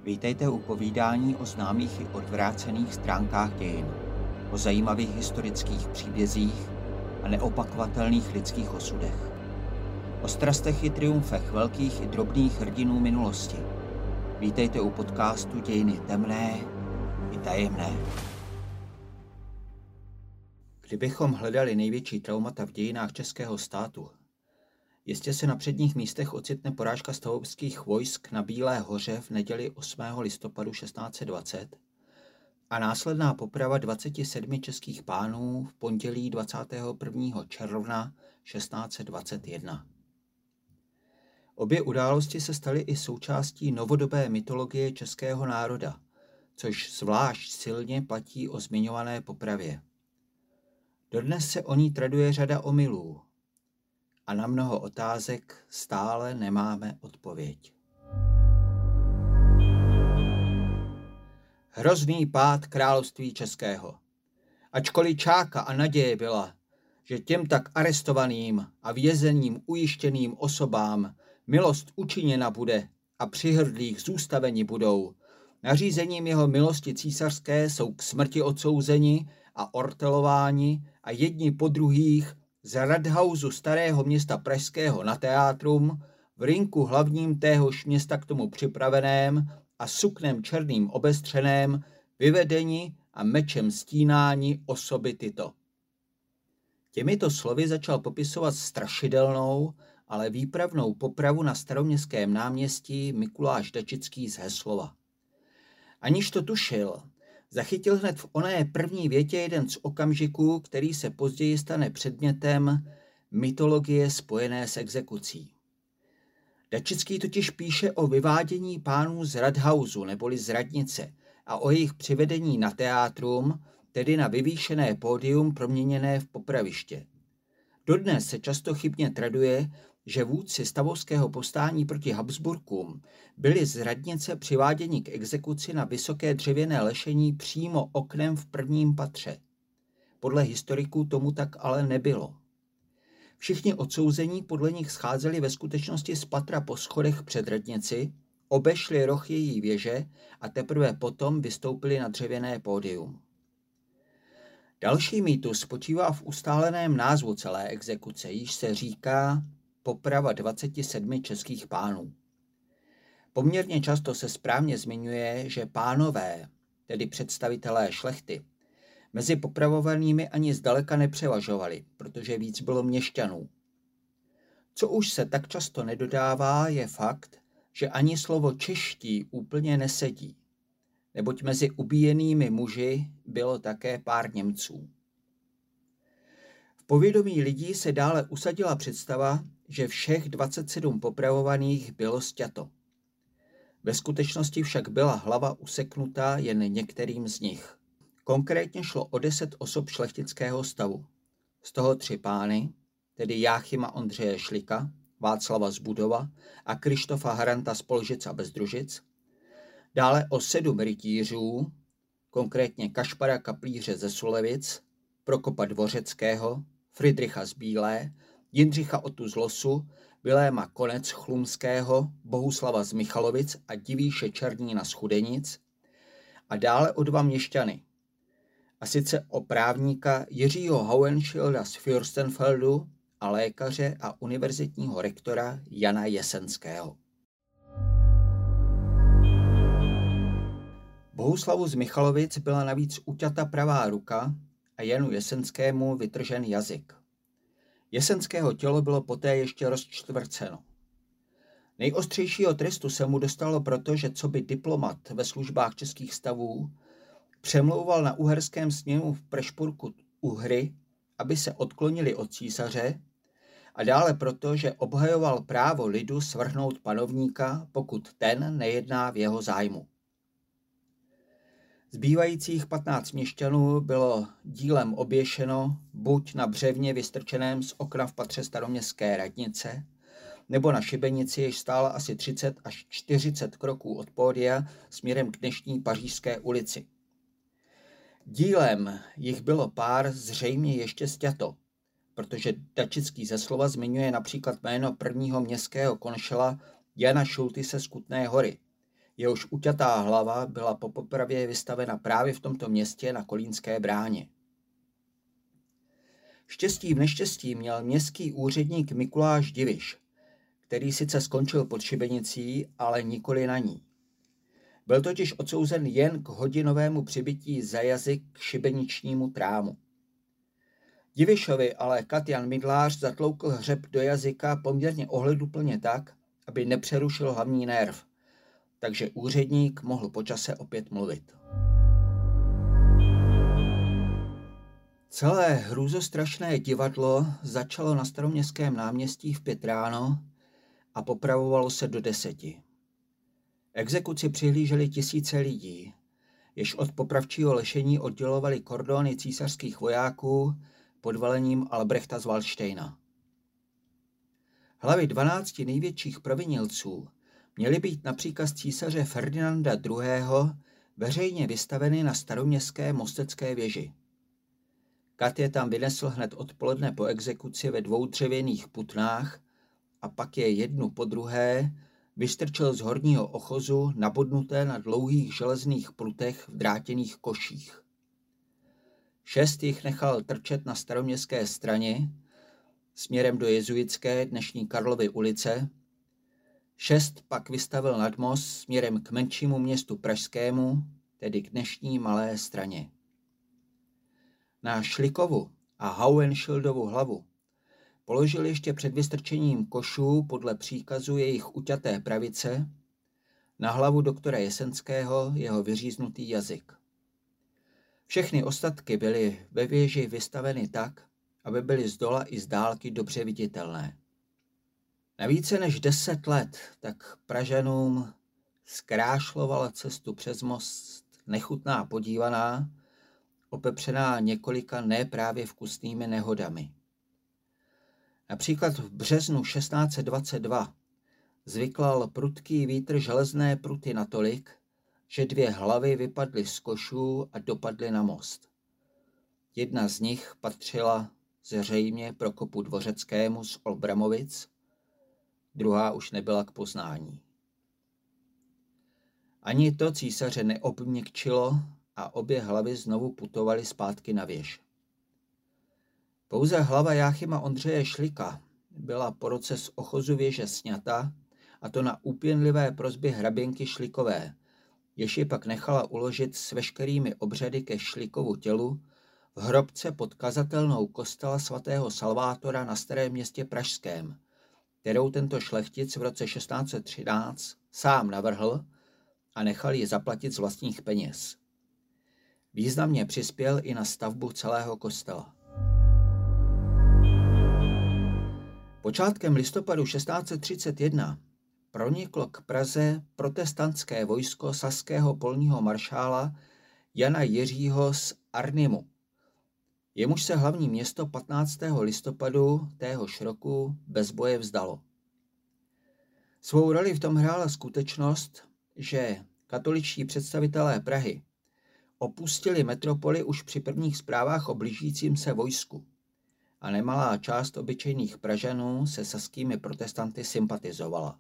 Vítejte u povídání o známých i odvrácených stránkách dějin, o zajímavých historických příbězích a neopakovatelných lidských osudech. O strastech i triumfech velkých i drobných hrdinů minulosti. Vítejte u podcastu Dějiny temné i tajemné. Kdybychom hledali největší traumata v dějinách českého státu, jistě se na předních místech ocitne porážka stavovských vojsk na Bílé hoře v neděli 8. listopadu 1620 a následná poprava 27 českých pánů v pondělí 21. června 1621. Obě události se staly i součástí novodobé mytologie českého národa, což zvlášť silně platí o zmiňované popravě. Dodnes se o ní traduje řada omylů a na mnoho otázek stále nemáme odpověď. Hrozný pád království českého. Ačkoliv čáka a naděje byla, že těm tak arestovaným a vězením ujištěným osobám milost učiněna bude a přihrdlých zůstaveni budou, nařízením jeho milosti císařské jsou k smrti odsouzeni a ortelováni a jedni po druhých z Radhausu starého města pražského na teátrum, v rinku hlavním téhož města k tomu připraveném a suknem černým obestřeném, vyvedeni a mečem stínáni osoby tyto. Těmito slovy začal popisovat strašidelnou, ale výpravnou popravu na Staroměstském náměstí Mikuláš Dačický z Heslova. Aniž to tušil, zachytil hned v oné první větě jeden z okamžiků, který se později stane předmětem mytologie spojené s exekucí. Dačický totiž píše o vyvádění pánů z Radhausu neboli z radnice a o jejich přivedení na teátrum, tedy na vyvýšené pódium proměněné v popraviště. Dodnes se často chybně traduje, že vůdci stavovského povstání proti Habsburkům byli z radnice přiváděni k exekuci na vysoké dřevěné lešení přímo oknem v prvním patře. Podle historiků tomu tak ale nebylo. Všichni odsouzení podle nich scházeli ve skutečnosti z patra po schodech před radnici, obešli roh její věže a teprve potom vystoupili na dřevěné pódium. Další mýtus spočívá v ustáleném názvu celé exekuce, jíž se říká poprava 27 českých pánů. Poměrně často se správně zmiňuje, že pánové, tedy představitelé šlechty, mezi popravovanými ani zdaleka nepřevažovali, protože víc bylo měšťanů. Co už se tak často nedodává, je fakt, že ani slovo čeští úplně nesedí, neboť mezi ubíjenými muži bylo také pár Němců. V povědomí lidí se dále usadila představa, že všech 27 popravovaných bylo sťato. Ve skutečnosti však byla hlava useknutá jen některým z nich. Konkrétně šlo o 10 osob šlechtického stavu. Z toho 3 pány, tedy Jáchyma Ondřeje Šlika, Václava z Budova a Krištofa Haranta z Polžic a Bezdružic. Dále o 7 rytířů, konkrétně Kašpara Kaplíře ze Sulevic, Prokopa Dvořeckého, Fridricha z Bílé, Jindřicha Otu z Losu, Viléma Konec Chlumského, Bohuslava z Michalovic a Divíše Černína z Chudenic a dále o 2 měšťany, a sice o právníka Jiřího Hauenschilda z Fürstenfeldu a lékaře a univerzitního rektora Jana Jesenského. Bohuslavu z Michalovic byla navíc uťata pravá ruka a Janu Jesenskému vytržen jazyk. Jesenského tělo bylo poté ještě rozčtvrceno. Nejostřejšího trestu se mu dostalo proto, že coby diplomat ve službách českých stavů přemlouval na uherském sněmu v Prešpurku Uhry, aby se odklonili od císaře, a dále proto, že obhajoval právo lidu svrhnout panovníka, pokud ten nejedná v jeho zájmu. Zbývajících 15 měšťanů bylo dílem oběšeno buď na břevně vystrčeném z okna v patře staroměstské radnice, nebo na šibenici, jež stála asi 30 až 40 kroků od pódia směrem k dnešní Pařížské ulici. Dílem jich bylo pár zřejmě ještě sťato, protože Dačický ze slova zmiňuje například jméno prvního městského konšela Jana Šultyse z Kutné Hory, Jehož uťatá hlava byla po popravě vystavena právě v tomto městě na Kolínské bráně. Štěstí v neštěstí měl městský úředník Mikuláš Diviš, který sice skončil pod šibenicí, ale nikoli na ní. Byl totiž odsouzen jen k hodinovému přibytí za jazyk k šibeničnímu trámu. Divišovi ale Katian Mydlář zatloukl hřeb do jazyka poměrně ohleduplně tak, aby nepřerušil hlavní nerv, takže úředník mohl po čase opět mluvit. Celé hrůzostrašné divadlo začalo na Staroměstském náměstí v 5 ráno a popravovalo se do 10. Exekuci přihlíželi tisíce lidí, jež od popravčího lešení oddělovali kordony císařských vojáků pod velením Albrechta z Valdštejna. Hlavy 12 největších provinilců měly být na příkaz císaře Ferdinanda II. Veřejně vystaveny na staroměstské mostecké věži. Kat je tam vynesl hned odpoledne po exekuci ve 2 dřevěných putnách a pak je jednu po druhé vystrčil z horního ochozu nabodnuté na dlouhých železných prutech v drátěných koších. 6 jich nechal trčet na staroměstské straně směrem do jezuitské dnešní Karlovy ulice, 6 pak vystavil nad most směrem k menšímu městu pražskému, tedy k dnešní Malé Straně. Na Šlikovu a Hauenschildovu hlavu položil ještě před vystrčením košů podle příkazu jejich uťaté pravice na hlavu doktora Jesenského jeho vyříznutý jazyk. Všechny ostatky byly ve věži vystaveny tak, aby byly zdola i z dálky dobře viditelné. Na více než 10 let tak Pražanům zkrášlovala cestu přes most nechutná podívaná, opepřená několika ne právě vkusnými nehodami. Například v březnu 1622 zvyklal prudký vítr železné pruty natolik, že 2 hlavy vypadly z košů a dopadly na most. Jedna z nich patřila zřejmě Prokopu Dvořeckému z Olbramovic, druhá už nebyla k poznání. Ani to císaře neobměkčilo a obě hlavy znovu putovaly zpátky na věž. Pouze hlava Jáchyma Ondřeje Šlika byla po roce z ochozu věže sňata, a to na úpěnlivé prosby hraběnky Šlikové, jež ji pak nechala uložit s veškerými obřady ke Šlikovu tělu v hrobce pod kazatelnou kostela svatého Salvátora na Starém Městě pražském, kterou tento šlechtic v roce 1613 sám navrhl a nechal ji zaplatit z vlastních peněz. Významně přispěl i na stavbu celého kostela. Počátkem listopadu 1631 proniklo k Praze protestantské vojsko saského polního maršála Jana Jiřího z Arnimu. Jemuž se hlavní město 15. listopadu téhož roku bez boje vzdalo. Svou roli v tom hrála skutečnost, že katoličtí představitelé Prahy opustili metropoli už při prvních zprávách o blížícím se vojsku a nemalá část obyčejných Pražanů se saskými protestanty sympatizovala.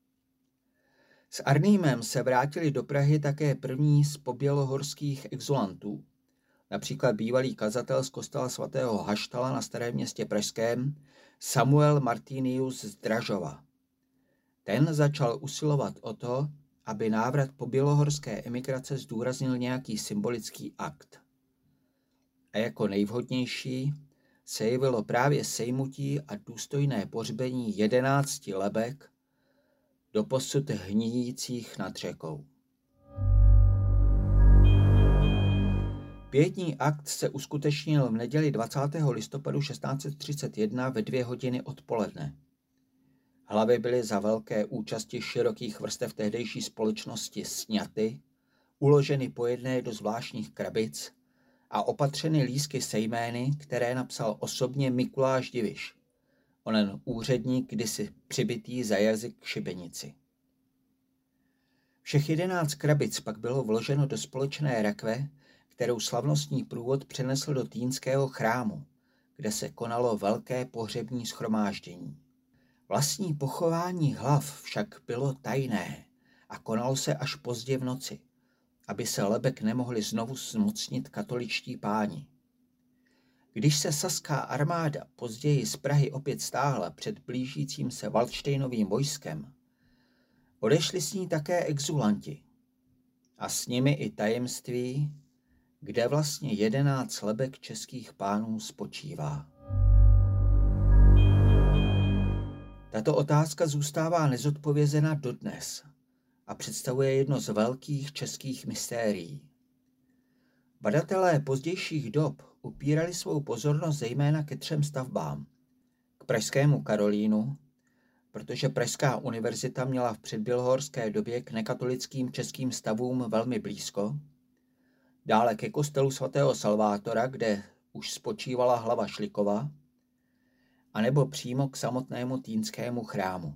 S Arnímem se vrátili do Prahy také první z pobělohorských exulantů, například bývalý kazatel z kostela svatého Haštala na Starém Městě pražském Samuel Martinius z Dražova. Ten začal usilovat o to, aby návrat pobělohorské emigrace zdůraznil nějaký symbolický akt. A jako nejvhodnější se jevilo právě sejmutí a důstojné pohřbení 11 lebek, doposud hníjících nad řekou. Pietní akt se uskutečnil v neděli 20. listopadu 1631 ve 2 hodiny odpoledne. Hlavy byly za velké účasti širokých vrstev tehdejší společnosti sňaty, uloženy po jedné do zvláštních krabic a opatřeny lístky se jmény, které napsal osobně Mikuláš Diviš, onen úředník kdysi přibitý za jazyk k šibenici. Všech 11 krabic pak bylo vloženo do společné rakve, kterou slavnostní průvod přenesl do Týnského chrámu, kde se konalo velké pohřební shromáždění. Vlastní pochování hlav však bylo tajné a konalo se až pozdě v noci, aby se lebek nemohli znovu zmocnit katoličtí páni. Když se saská armáda později z Prahy opět stáhla před blížícím se Valdštejnovým vojskem, odešli s ní také exulanti a s nimi i tajemství, kde vlastně 11 lebek českých pánů spočívá. Tato otázka zůstává nezodpovězena dodnes a představuje jedno z velkých českých mystérií. Badatelé pozdějších dob upírali svou pozornost zejména ke 3 stavbám. K pražskému Karolínu, protože Pražská univerzita měla v předbělohorské době k nekatolickým českým stavům velmi blízko, dále ke kostelu svatého Salvátora, kde už spočívala hlava Šlikova, anebo přímo k samotnému Týnskému chrámu.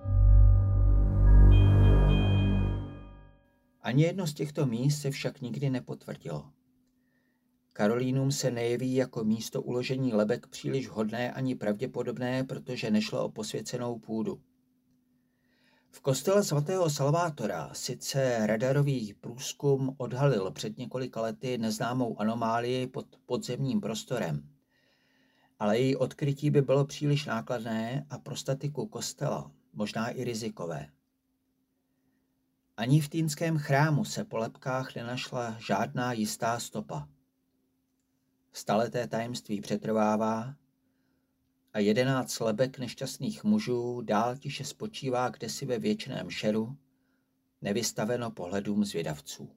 Ani jedno z těchto míst se však nikdy nepotvrdilo. Karolínum se nejeví jako místo uložení lebek příliš vhodné ani pravděpodobné, protože nešlo o posvěcenou půdu. V kostele svatého Salvátora sice radarový průzkum odhalil před několika lety neznámou anomálii pod podzemním prostorem, ale její odkrytí by bylo příliš nákladné a pro statiku kostela možná i rizikové. Ani v Týnském chrámu se po lebkách nenašla žádná jistá stopa. Staleté tajemství přetrvává a 11 lebek nešťastných mužů dál tiše spočívá kdesi ve věčném šeru, nevystaveno pohledům zvědavců.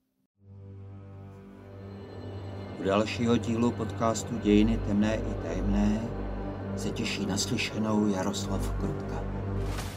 U dalšího dílu podcastu Dějiny temné i tajemné se těší naslyšenou Jaroslav Krupka.